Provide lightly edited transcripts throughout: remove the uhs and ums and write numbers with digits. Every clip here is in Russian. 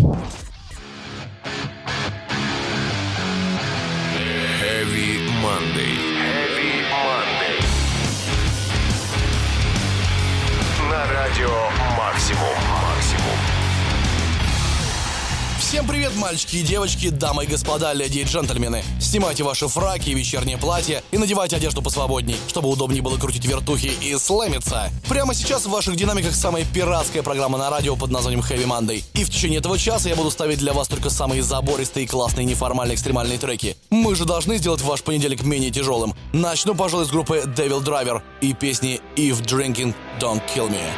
Heavy Monday. Heavy Monday. На радио Максимум. Всем привет, мальчики и девочки, дамы и господа, леди и джентльмены. Снимайте ваши фраки и вечернее платье и надевайте одежду посвободней, чтобы удобнее было крутить вертухи и слэмиться. Прямо сейчас в ваших динамиках самая пиратская программа на радио под названием Heavy Monday. И в течение этого часа я буду ставить для вас только самые забористые, классные, неформальные, экстремальные треки. Мы же должны сделать ваш понедельник менее тяжелым. Начну, пожалуй, с группы Devil Driver и песни If Drinking Don't Kill Me.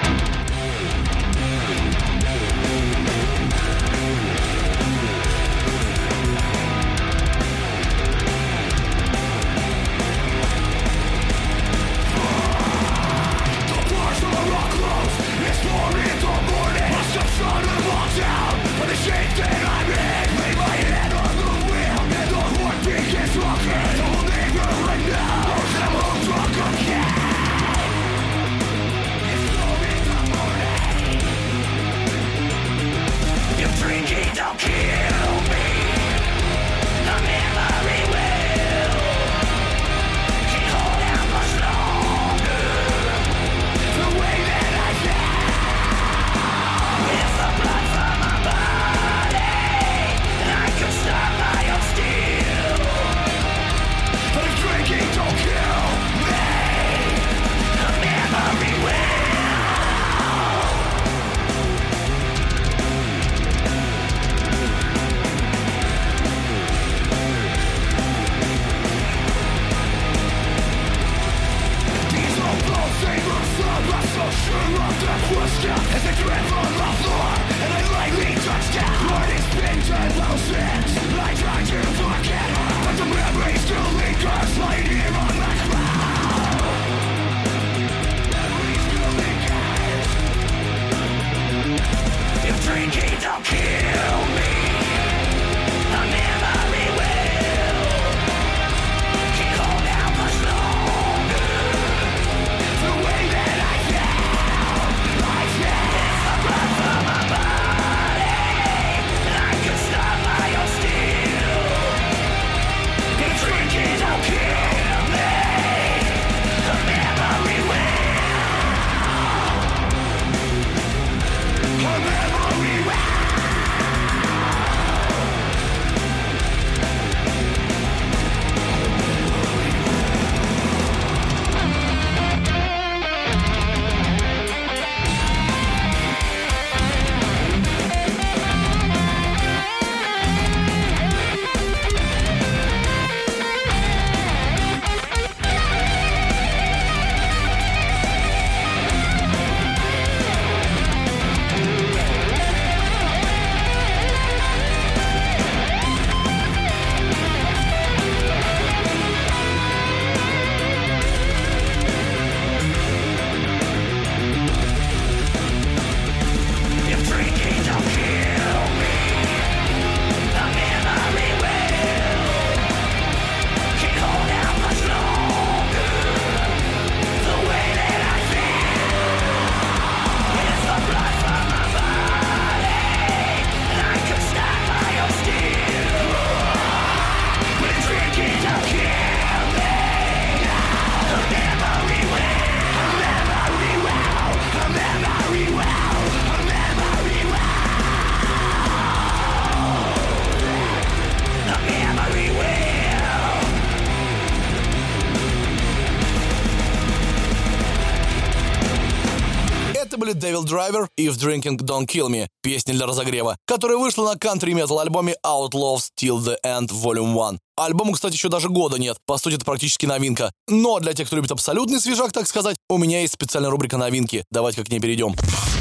Devil Driver If Drinking Don't Kill Me, песня для разогрева, которая вышла на кантри-метал альбоме Outlaws Till the End Volume 1. Альбому, кстати, еще даже года нет, по сути это практически новинка. Но для тех, кто любит абсолютный свежак, так сказать, у меня есть специальная рубрика новинки. Давайте к ней перейдем.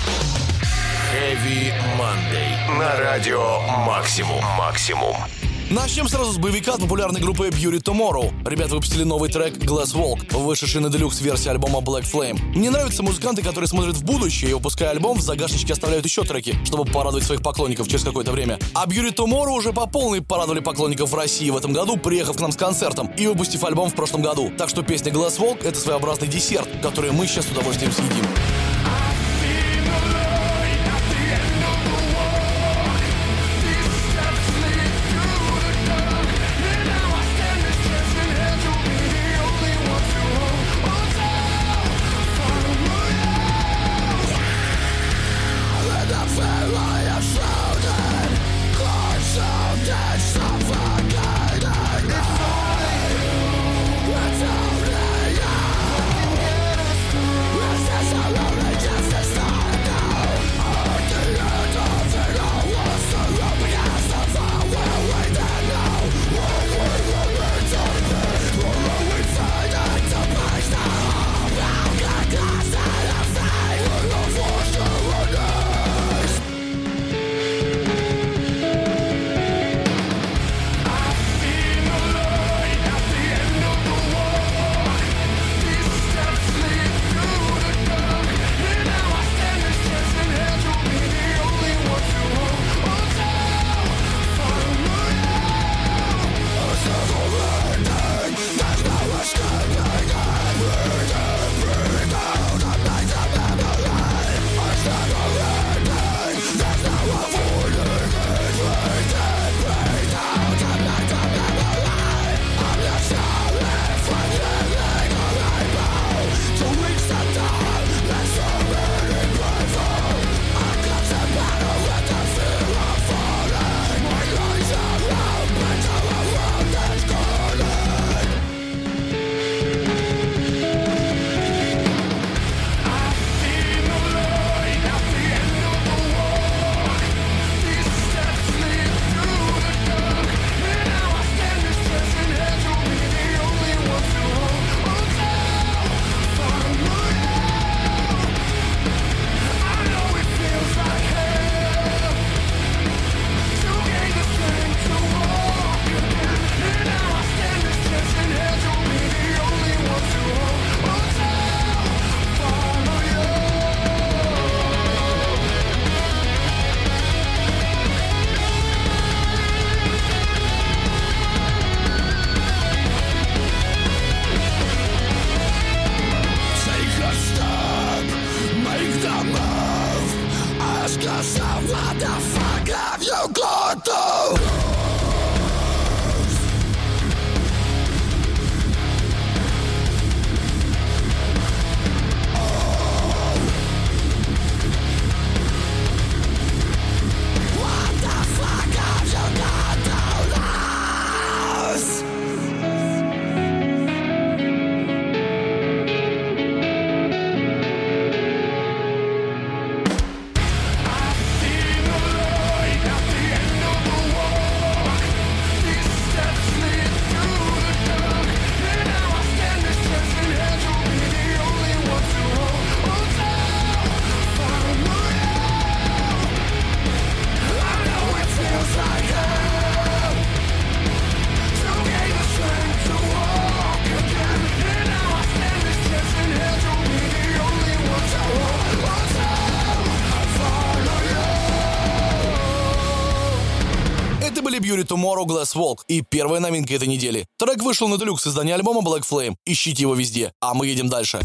Heavy Monday. На радио Максимум. Начнем сразу с боевика от популярной группы Beauty Tomorrow. Ребята выпустили новый трек Glass Walk, вышедший на делюкс-версии альбома Black Flame. Мне нравятся музыканты, которые смотрят в будущее и, выпуская альбом, в загашничке оставляют еще треки, чтобы порадовать своих поклонников через какое-то время. А Beauty Tomorrow уже по полной порадовали поклонников в России в этом году, приехав к нам с концертом и выпустив альбом в прошлом году. Так что песня Glass Walk — это своеобразный десерт, который мы сейчас с удовольствием съедим. have you gone to? Beauty Tomorrow, Glass Walk и первая новинка этой недели. Трек вышел на делюкс издания альбома Black Flame. Ищите его везде, а мы едем дальше.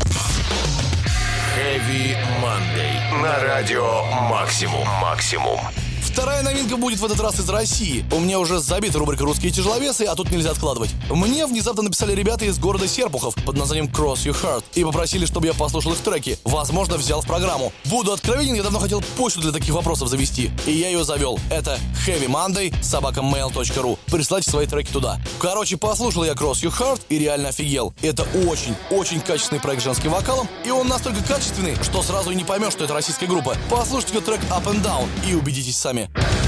Heavy Monday на радио Максимум. Вторая новинка будет в этот раз из России. У меня уже забита рубрика «Русские тяжеловесы», а тут нельзя откладывать. Мне внезапно написали ребята из города Серпухов под названием Cross Your Heart и попросили, чтобы я послушал их треки. Возможно, взял в программу. Буду откровенен, я давно хотел почту для таких вопросов завести. И я ее завел. Это Heavy Monday @mail.ru. Присылайте свои треки туда. Короче, послушал я Cross Your Heart и реально офигел. Это очень качественный проект с женским вокалом. И он настолько качественный, что сразу и не поймешь, что это российская группа. Послушайте трек Up and Down и убедитесь сами.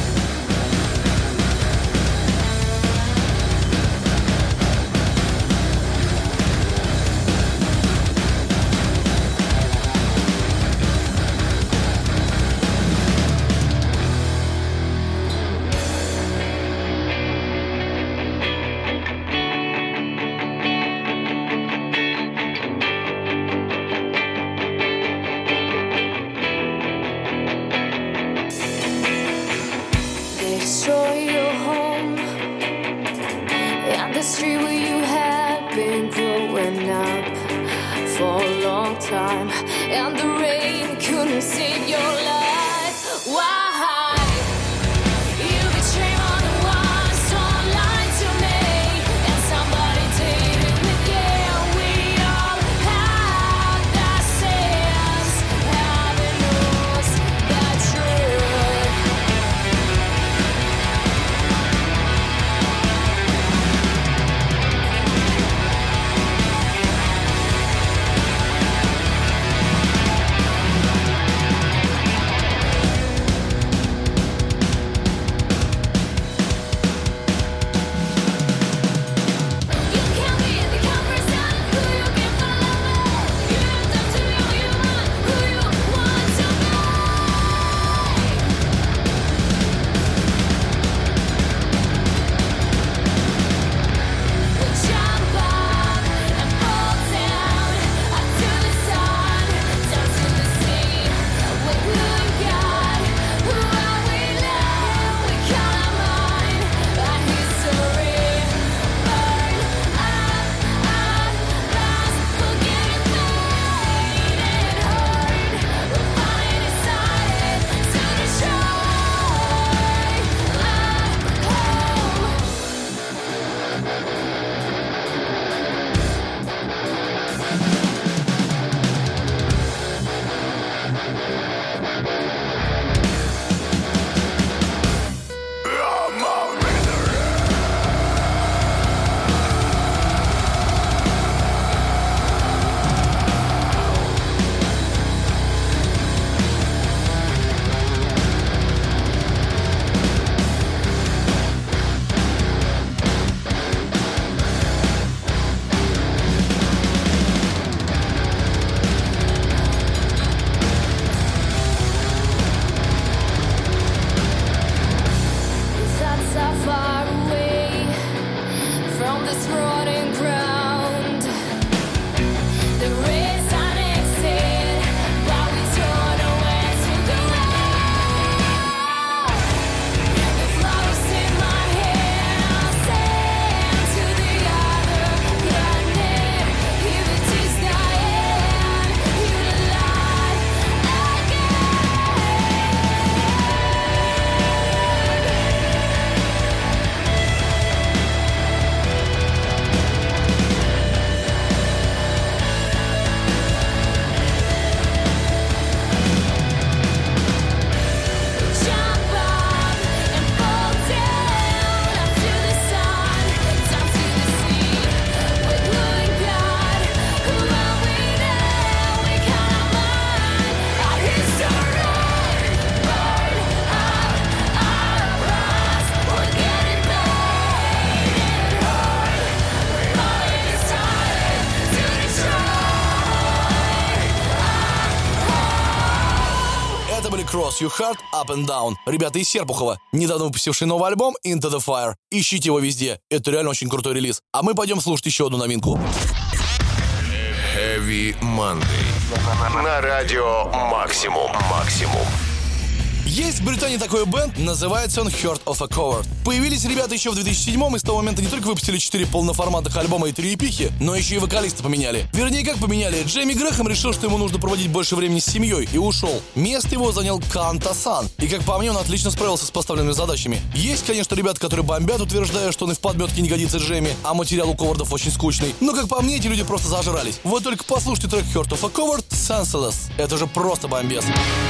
And the rain couldn't save your life. Why? You became on the one storm light to me, and somebody didn't again. We all have that sense, having lost that truth. Loves Your Heart Up and Down. Ребята из Серпухова, недавно выпустивший новый альбом Into the Fire. Ищите его везде, это реально очень крутой релиз. А мы пойдем слушать еще одну новинку. Heavy Monday. На радио Максимум. Есть в Британии такой бэнд, называется он Heart of a Coward. Появились ребята еще в 2007-м и с того момента не только выпустили 4 полноформатных альбома и 3 эпихи, но еще и вокалиста поменяли. Вернее, как поменяли? Джейми Грэхэм решил, что ему нужно проводить больше времени с семьей и ушел. Место его занял Канта-сан. И как по мне, он отлично справился с поставленными задачами. Есть, конечно, ребята, которые бомбят, утверждая, что он и в подметке не годится Джейми, а материал у Ковардов очень скучный. Но как по мне, эти люди просто зажрались. Вот только послушайте трек Heart of a Coward Senseless. Это же просто бомбез.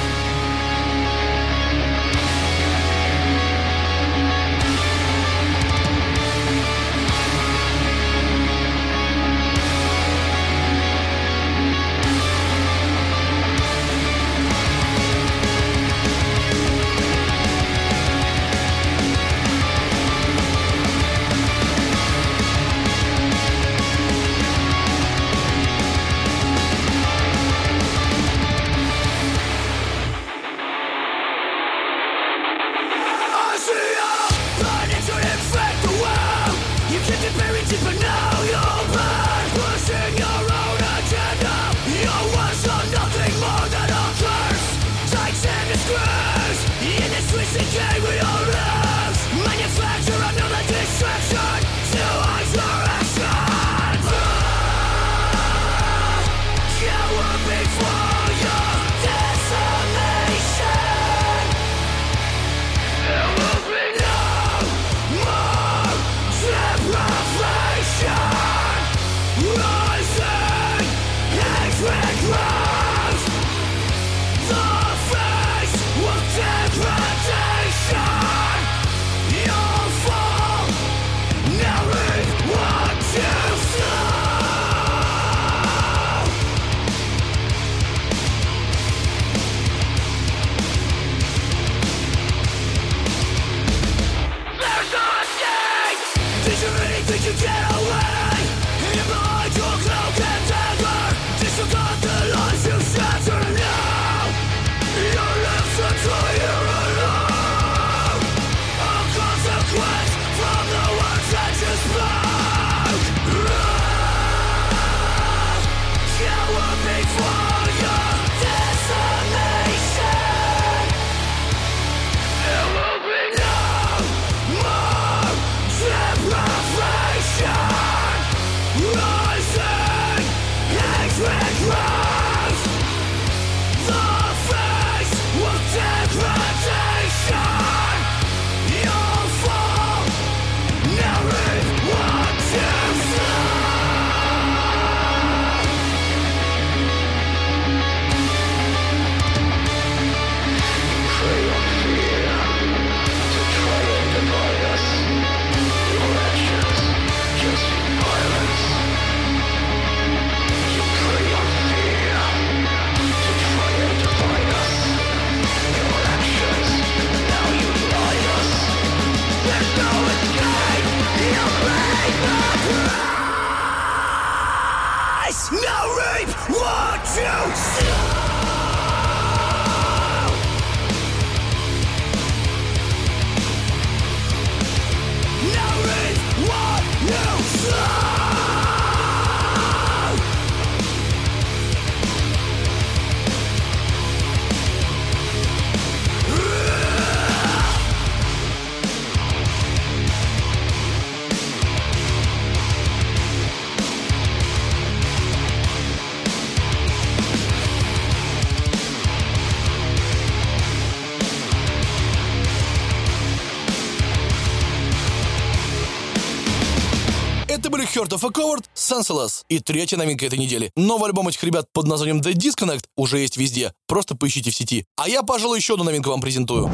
Это были Heart of a Coward, Senseless. И третья новинка этой недели. Новый альбом этих ребят под названием The Disconnect уже есть везде. Просто поищите в сети. А я, пожалуй, еще одну новинку вам презентую.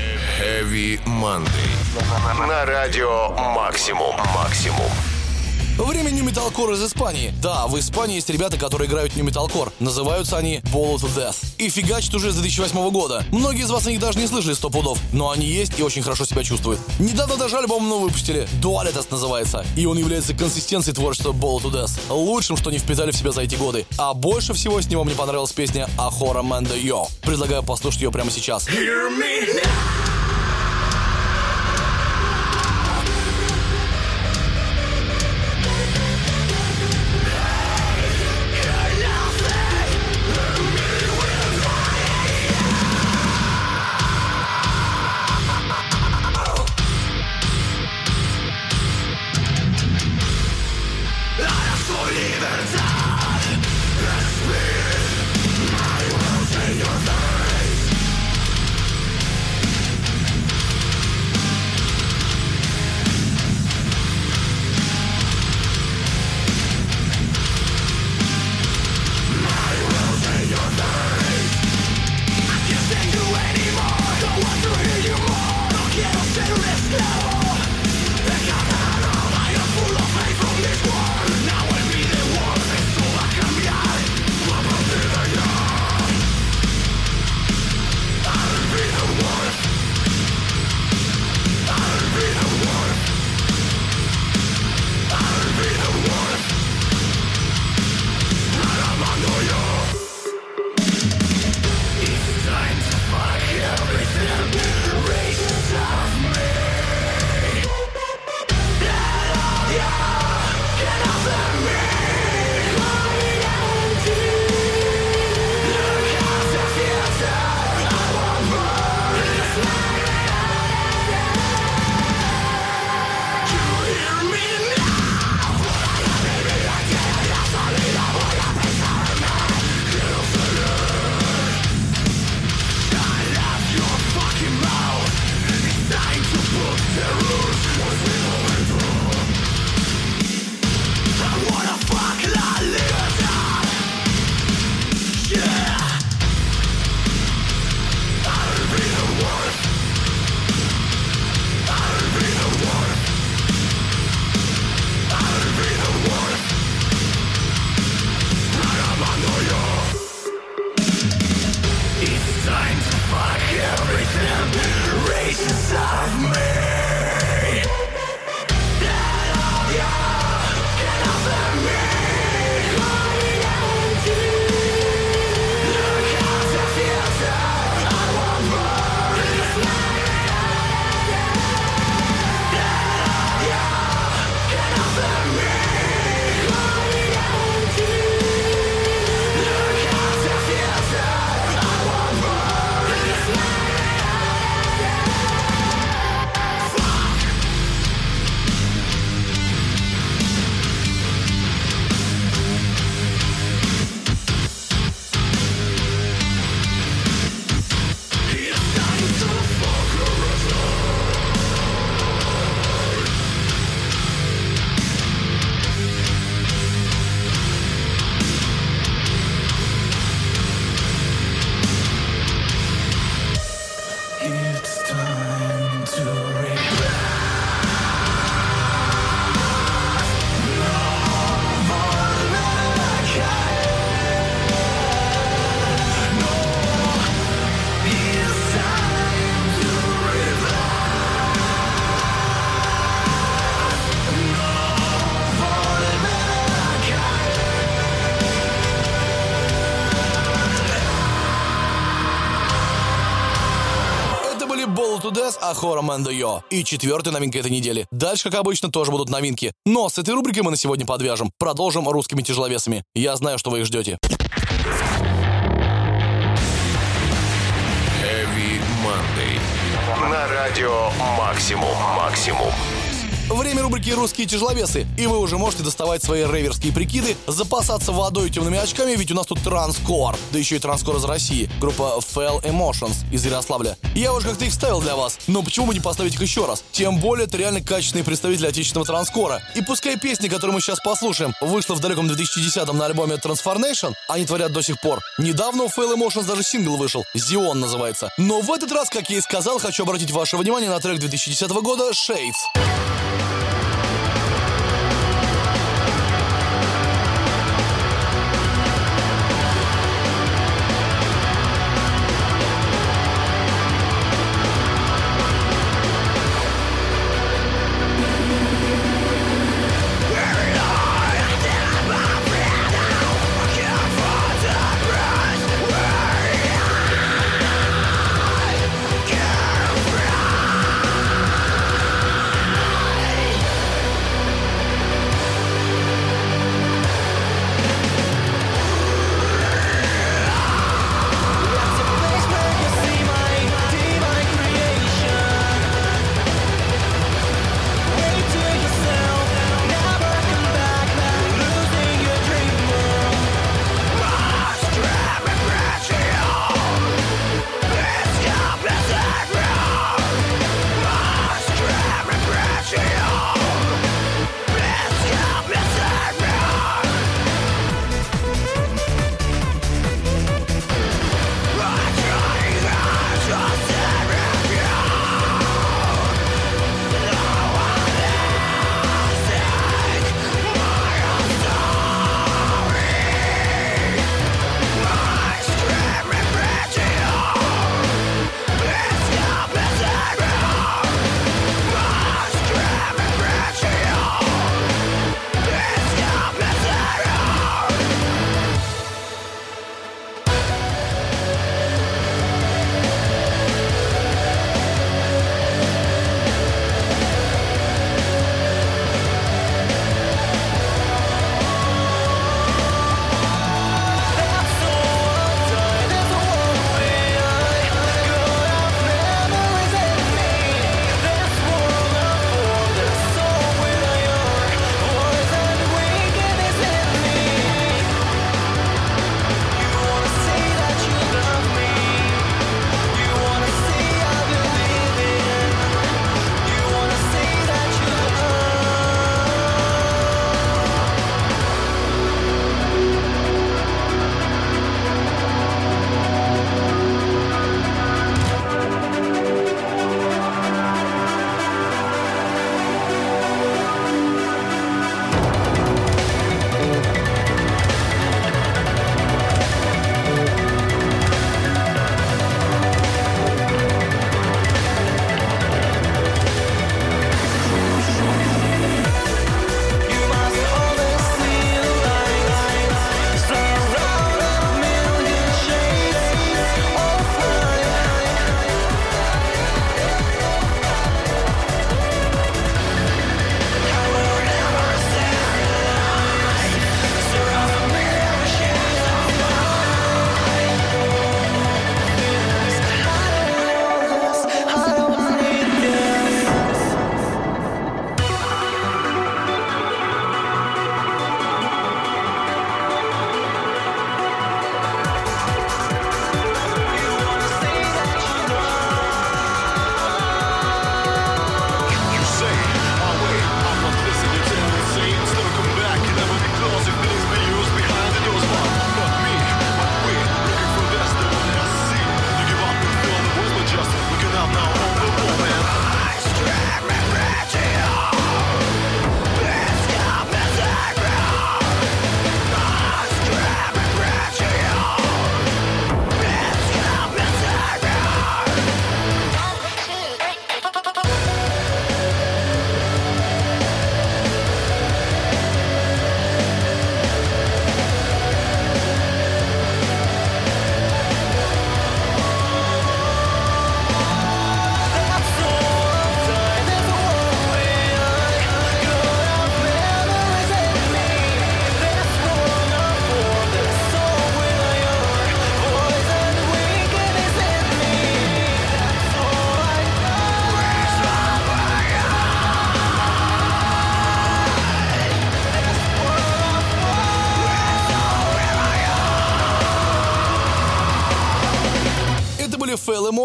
Heavy Monday. На радио Максимум. Время нью-металкор из Испании. Да, в Испании есть ребята, которые играют нью-металкор. Называются они Bullet to Death. И фигачат уже с 2008 года. Многие из вас о них даже не слышали 100 пудов, но они есть и очень хорошо себя чувствуют. Недавно даже альбом новый выпустили. Dualitas называется. И он является консистенцией творчества Bullet to Death. Лучшим, что они впитали в себя за эти годы. А больше всего с него мне понравилась песня Ahora Mando Yo. Предлагаю послушать ее прямо сейчас. Hear me now. Ahora Mando Yo. И четвертая новинка этой недели. Дальше, как обычно, тоже будут новинки. Но с этой рубрикой мы на сегодня подвяжем. Продолжим русскими тяжеловесами. Я знаю, что вы их ждете. Heavy Monday. На радио Максимум. Время рубрики «Русские тяжеловесы». И вы уже можете доставать свои рейверские прикиды, запасаться водой и темными очками, ведь у нас тут транскор. Да еще и транскор из России. Группа Fell Emotions из Ярославля. Я уже как-то их ставил для вас, но почему бы не поставить их еще раз? Тем более, это реально качественные представители отечественного транскора. И пускай песня, которую мы сейчас послушаем, вышла в далеком 2010-м на альбоме Transformation, они творят до сих пор. Недавно у Fell Emotions даже сингл вышел. «Зион» называется. Но в этот раз, как я и сказал, хочу обратить ваше внимание на трек 2010 года «Shades».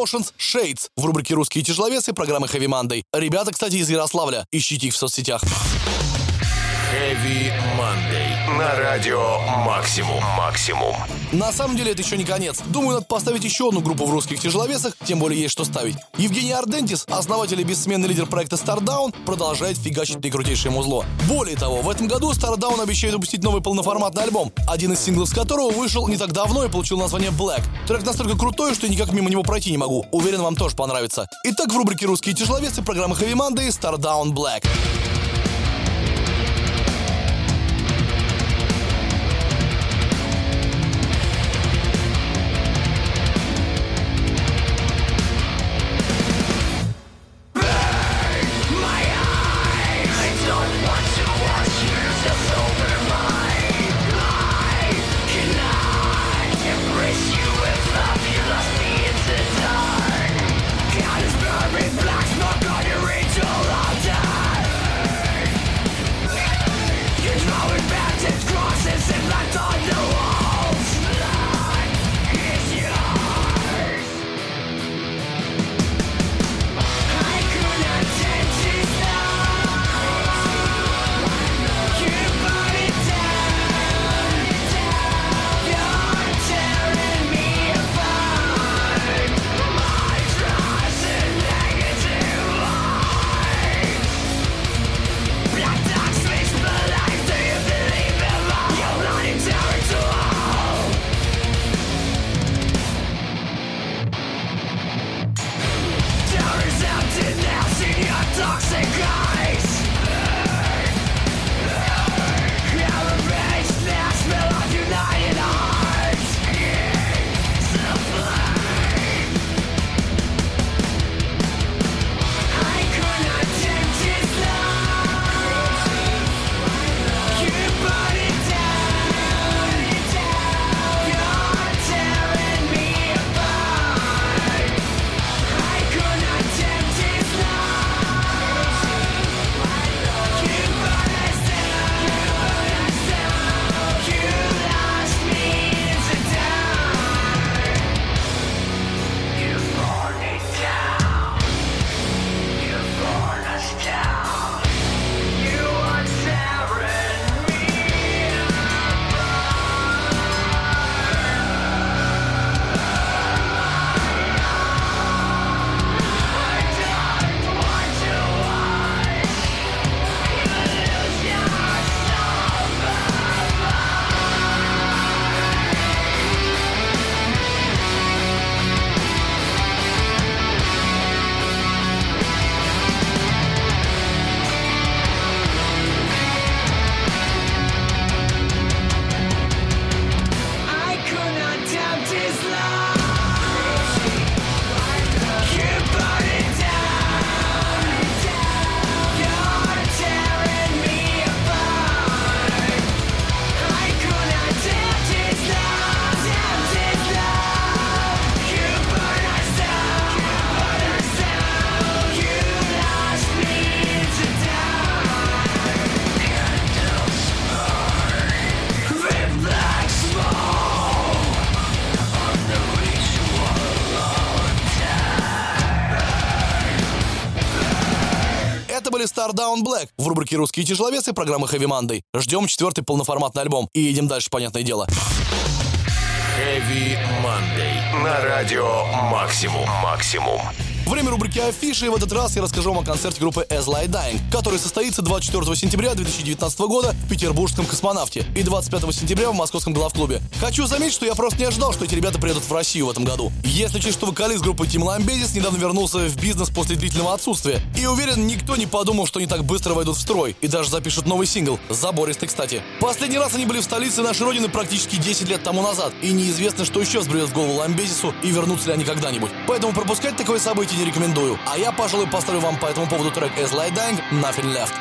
Emotions Shades в рубрике «Русские тяжеловесы» программы Heavy Monday. Ребята, кстати, из Ярославля. Ищите их в соцсетях. Heavy Monday. На радио Максимум. На самом деле это еще не конец. Думаю, надо поставить еще одну группу в русских тяжеловесах, тем более есть что ставить. Евгений Ардентис, основатель и бессменный лидер проекта Stardown, продолжает фигачить наикрутейшее музло. Более того, в этом году Stardown обещает выпустить новый полноформатный альбом, один из синглов с которого вышел не так давно и получил название Black. Трек настолько крутой, что я никак мимо него пройти не могу. Уверен, вам тоже понравится. Итак, в рубрике «Русские тяжеловесы» программы Heavy Monday Stardown Black. Stardown Black в рубрике «Русские тяжеловесы» программы Heavy Monday. Ждем 4-й полноформатный альбом и едем дальше, понятное дело. Heavy Monday. На радио Максимум. Время рубрики «Афиши», и в этот раз я расскажу вам о концерте группы As Lie Dying, который состоится 24 сентября 2019 года в петербургском «Космонавте» и 25 сентября в московском главклубе. Хочу заметить, что я просто не ожидал, что эти ребята приедут в Россию в этом году. Если учесть, что вокалист группы Тим Ламбезис недавно вернулся в бизнес после длительного отсутствия, и уверен, никто не подумал, что они так быстро войдут в строй и даже запишут новый сингл, забористый, кстати. Последний раз они были в столице нашей родины практически 10 лет тому назад, и неизвестно, что еще взбредет в голову Ламбезису и вернутся ли они когда-нибудь. Поэтому пропускать такое событие не рекомендую. А я, пожалуй, поставлю вам по этому поводу трек As Lie Dying Nothing Left.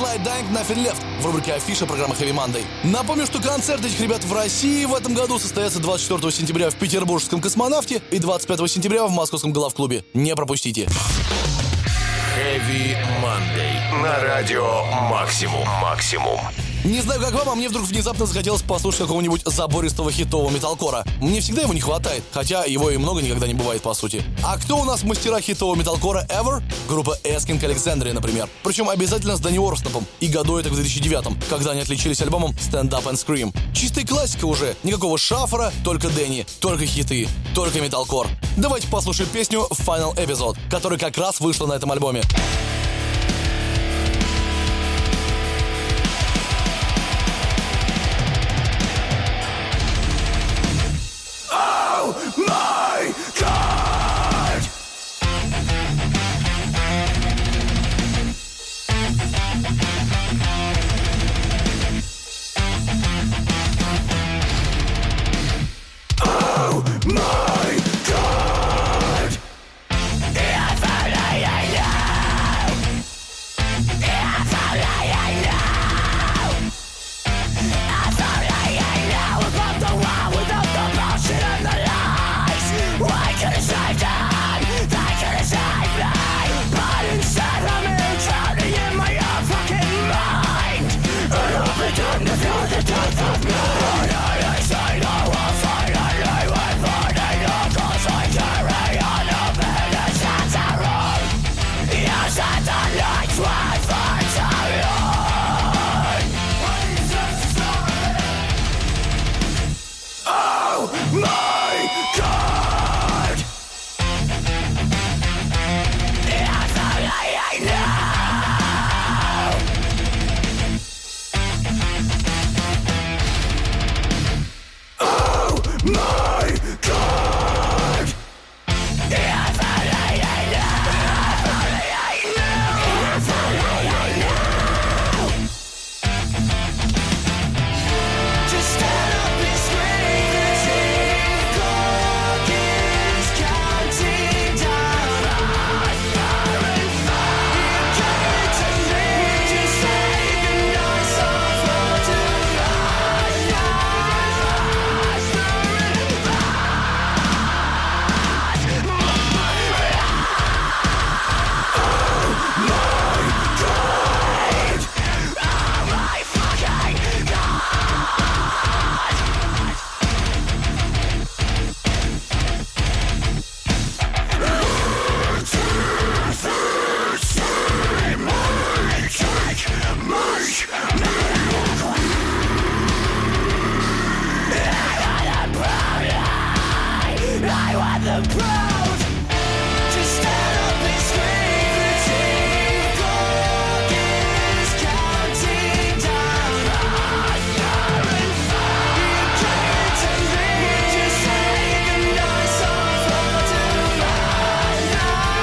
Like Dying, Nothing Left в рубрике «Афиша» программы Heavy Monday. Напомню, что концерт этих ребят в России в этом году состоится 24 сентября в Петербургском «Космонавте» и 25 сентября в Московском «Главклубе». Не пропустите. Heavy Monday. На радио Максимум. Максимум. Не знаю, как вам, а мне вдруг внезапно захотелось послушать какого-нибудь забористого хитового металкора. Мне всегда его не хватает, хотя его и много никогда не бывает, по сути. А кто у нас мастера хитового металкора ever? Группа Asking Alexandria, например. Причем обязательно с Дэнни Уорстнапом. И году это в 2009-м, когда они отличились альбомом Stand Up and Scream. Чистая классика уже. Никакого шафера, только Дэнни, только хиты, только металкор. Давайте послушаем песню Final Episode, которая как раз вышла на этом альбоме. My God! Oh my God! If only I knew! If only I knew! If only I knew about the world without the bullshit and the lies! I could have saved them! They could have saved me! But instead I'm here drowning in my own fucking mind! And I'll be done to feel the death of me! But I say no, I'll finally wait for the new cause I carry on up in the center room! You said the lights were for too long! Oh my God! If only I knew! Oh my God! If only I knew! If only I knew! Just stand up and scream. The clock is counting down. You came to me to say goodnight, so far tonight. I want the proud. Just stand up and scream. The clock is counting down. You came to me to say goodnight, so far tonight.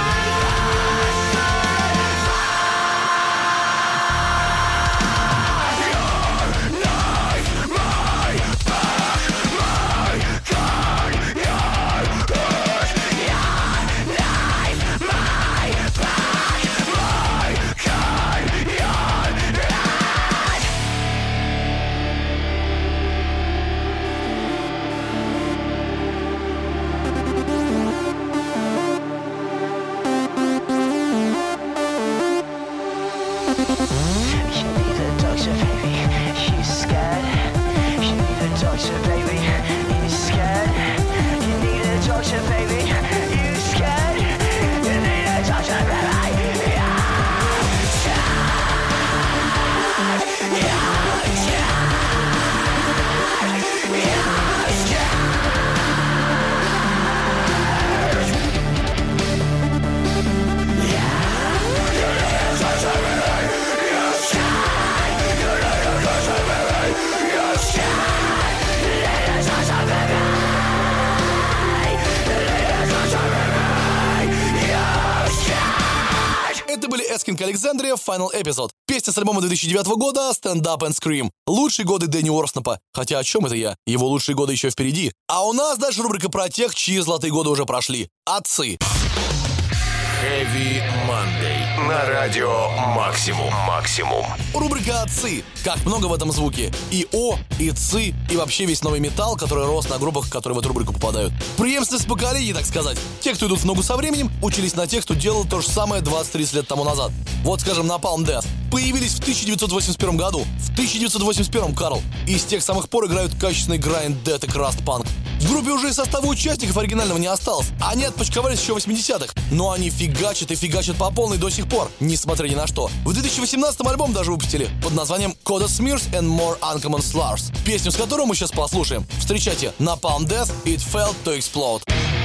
Your knife, my back, my gun. Your good, your knife, my back, my gun. Your blood. You need a doctor, baby. You scared? You need a doctor, baby. You scared? You need a doctor, baby. You scared? You need a doctor, baby. You Это были Asking Alexandria Final Episode. Песня с альбома 2009 года Stand Up and Scream. Лучшие годы Дэнни Уорстнапа. Хотя о чем это я? Его лучшие годы еще впереди. А у нас дальше рубрика про тех, чьи золотые годы уже прошли. Отцы. Heavy Monday. на радио Максимум. Максимум. Рубрика «Отцы». Как много в этом звуке. И О, и ЦИ, и вообще весь новый металл, который рос на группах, которые в эту рубрику попадают. Преемственность поколений, так сказать. Те, кто идут в ногу со временем, учились на тех, кто делал то же самое 20-30 лет тому назад. Вот, скажем, Napalm Death. Появились в 1981 году. В 1981, Карл. И с тех самых пор играют качественный грайнд, дэт и краст панк. В группе уже и состава участников оригинального не осталось. Они отпочковались еще в 80-х. Но они фигачат и фигачат по полной до сих пор, несмотря ни на что. В 2018-м альбом даже выпустили под названием Coda Smears and More Uncommon Slurs. Песню, с которой мы сейчас послушаем. Встречайте, Napalm Death, It Felt to Explode.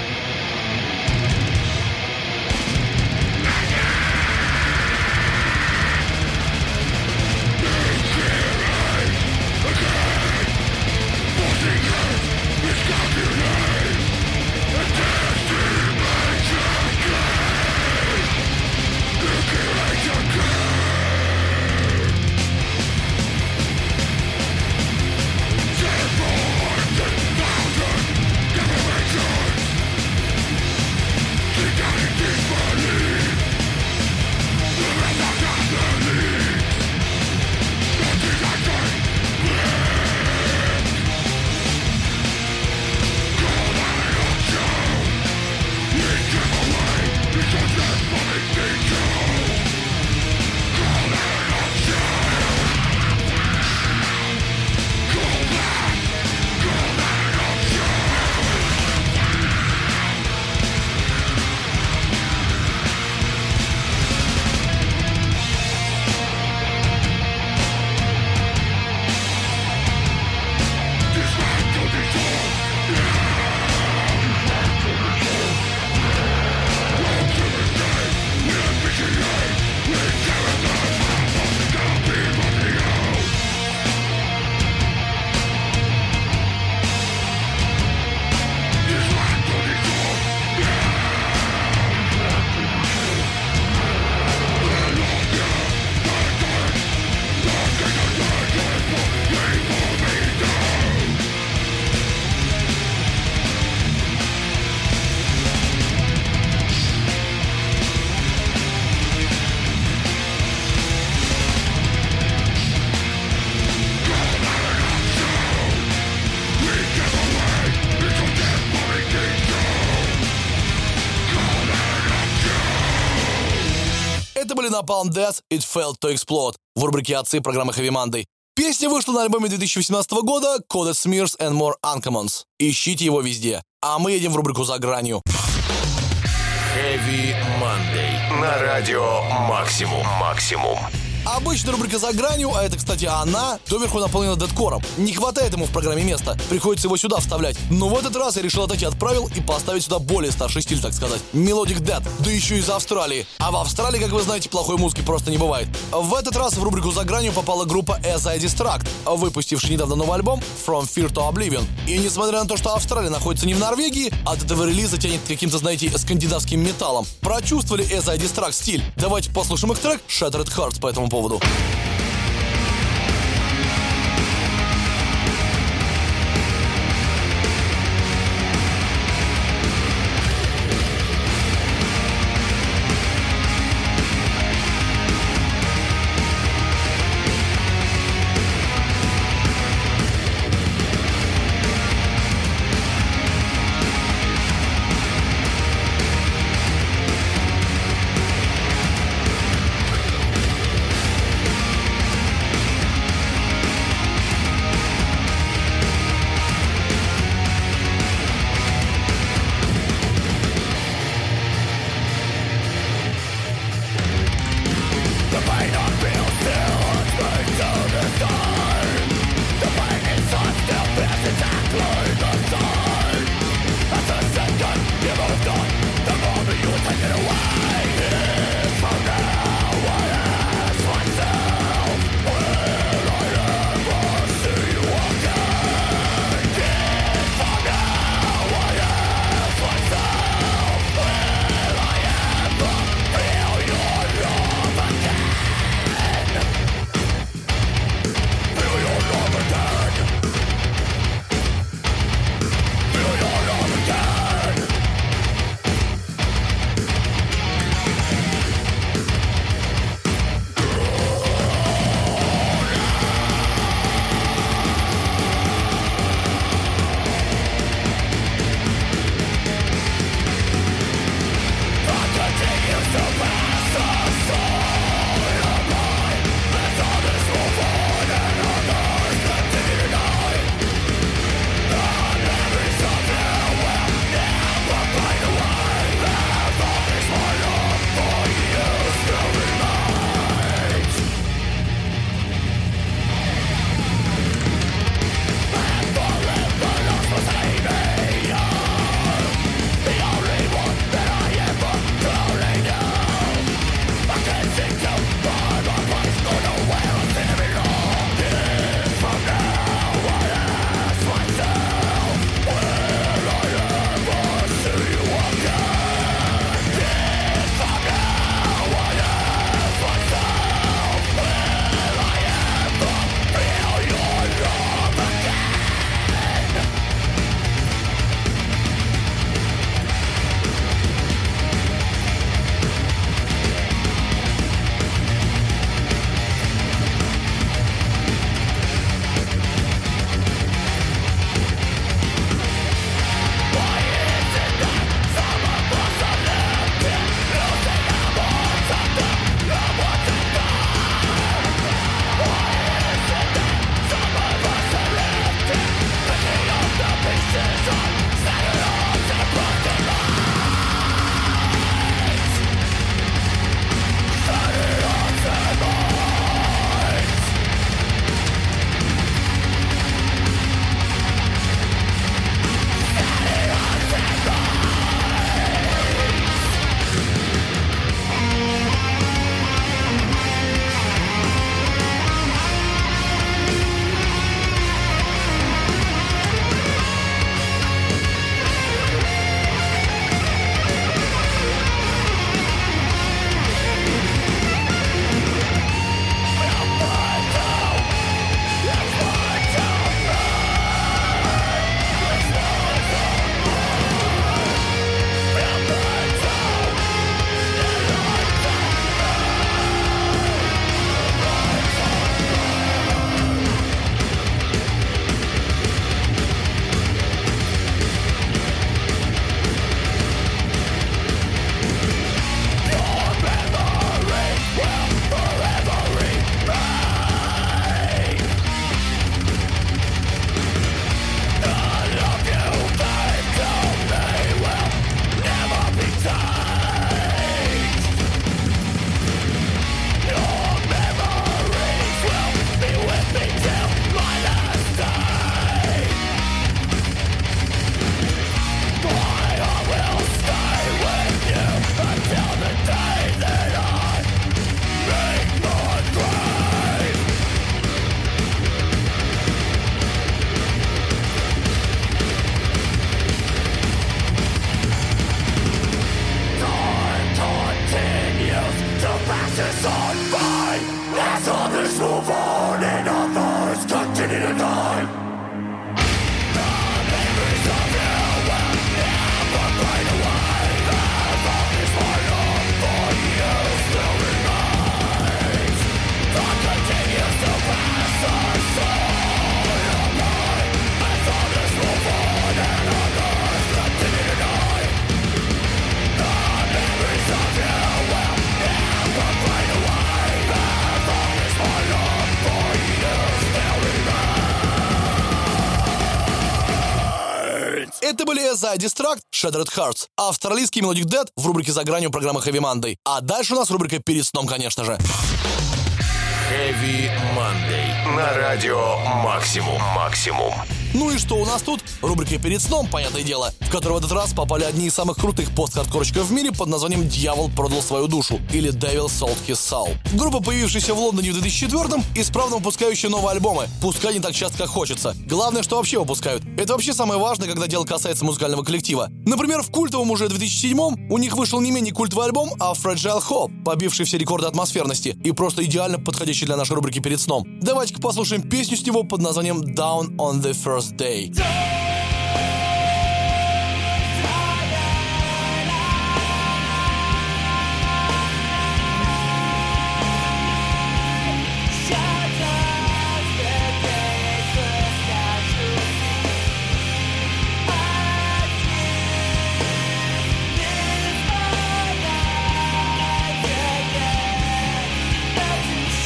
Это были Napalm Death, It Felt to Explode в рубрике «Отцы» программы Heavy Monday. Песня вышла на альбоме 2018 года Coda Smears and More Uncommons. Ищите его везде. А мы едем в рубрику «За гранью». Heavy Monday на радио Максимум. Максимум. Обычная рубрика «За гранью», а это, кстати, она, доверху наполнена дэткором. Не хватает ему в программе места, приходится его сюда вставлять. Но в этот раз я решил отойти от правил и поставить сюда более старший стиль, так сказать. Melodic Death, да еще из Австралии. А в Австралии, как вы знаете, плохой музыки просто не бывает. В этот раз в рубрику «За гранью» попала группа As I Distract, выпустившая недавно новый альбом From Fear to Oblivion. И несмотря на то, что Австралия находится не в Норвегии, от этого релиза тянет каким-то, знаете, скандинавским металлом. Прочувствовали As I Distract стиль? Давайте послушаем их трек Shattered Hearts по этому поводу. Others move on and others continue to die. The memories of you will never fade away. The focus for love for you still remains. Thought continues to pass our soul apart. As others move on and others continue to die. The memories of you will never fade away. The focus for love for you still remains. Это были The Distract, Shattered Hearts, австралийский Melodic Dead в рубрике «За гранью» программы Heavy Monday. А дальше у нас рубрика «Перед сном», конечно же. Heavy Monday. На радио Максимум. Ну и что у нас тут? Рубрика «Перед сном», понятное дело, в которую в этот раз попали одни из самых крутых пост-хардкорщиков в мире под названием «Дьявол продал свою душу» или «Devil Sold His Soul». Группа, появившаяся в Лондоне в 2004-м, исправно выпускающая новые альбомы, пускай не так часто, как хочется. Главное, что вообще выпускают. Это вообще самое важное, когда дело касается музыкального коллектива. Например, в культовом уже 2007-м у них вышел не менее культовый альбом, а Fragile Hope, побивший все рекорды атмосферности и просто идеально подходящий для нашей рубрики «Перед сном». Давайте-ка послушаем песню с него под названием «Down on the First Day».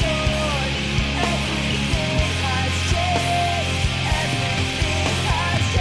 Everything has changed.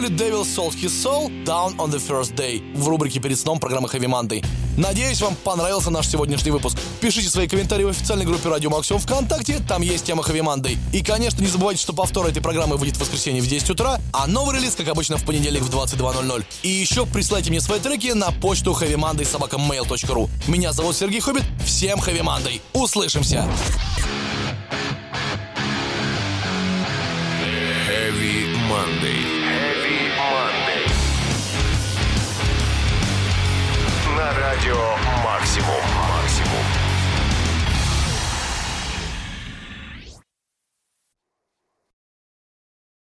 прослушивали Devil Sold His Soul Down on the First Day в рубрике «Перед сном» программы Heavy Monday. Надеюсь, вам понравился наш сегодняшний выпуск. Пишите свои комментарии в официальной группе Радио Максимум ВКонтакте, там есть тема Heavy Monday. И, конечно, не забывайте, что повтор этой программы выйдет в воскресенье в 10 утра, а новый релиз, как обычно, в понедельник в 22:00. И еще присылайте мне свои треки на почту heavymonday@mail.ru. Меня зовут Сергей Хоббит. Всем Heavy Monday. Услышимся! Heavy Monday. Heavy Monday. На радио Максимум.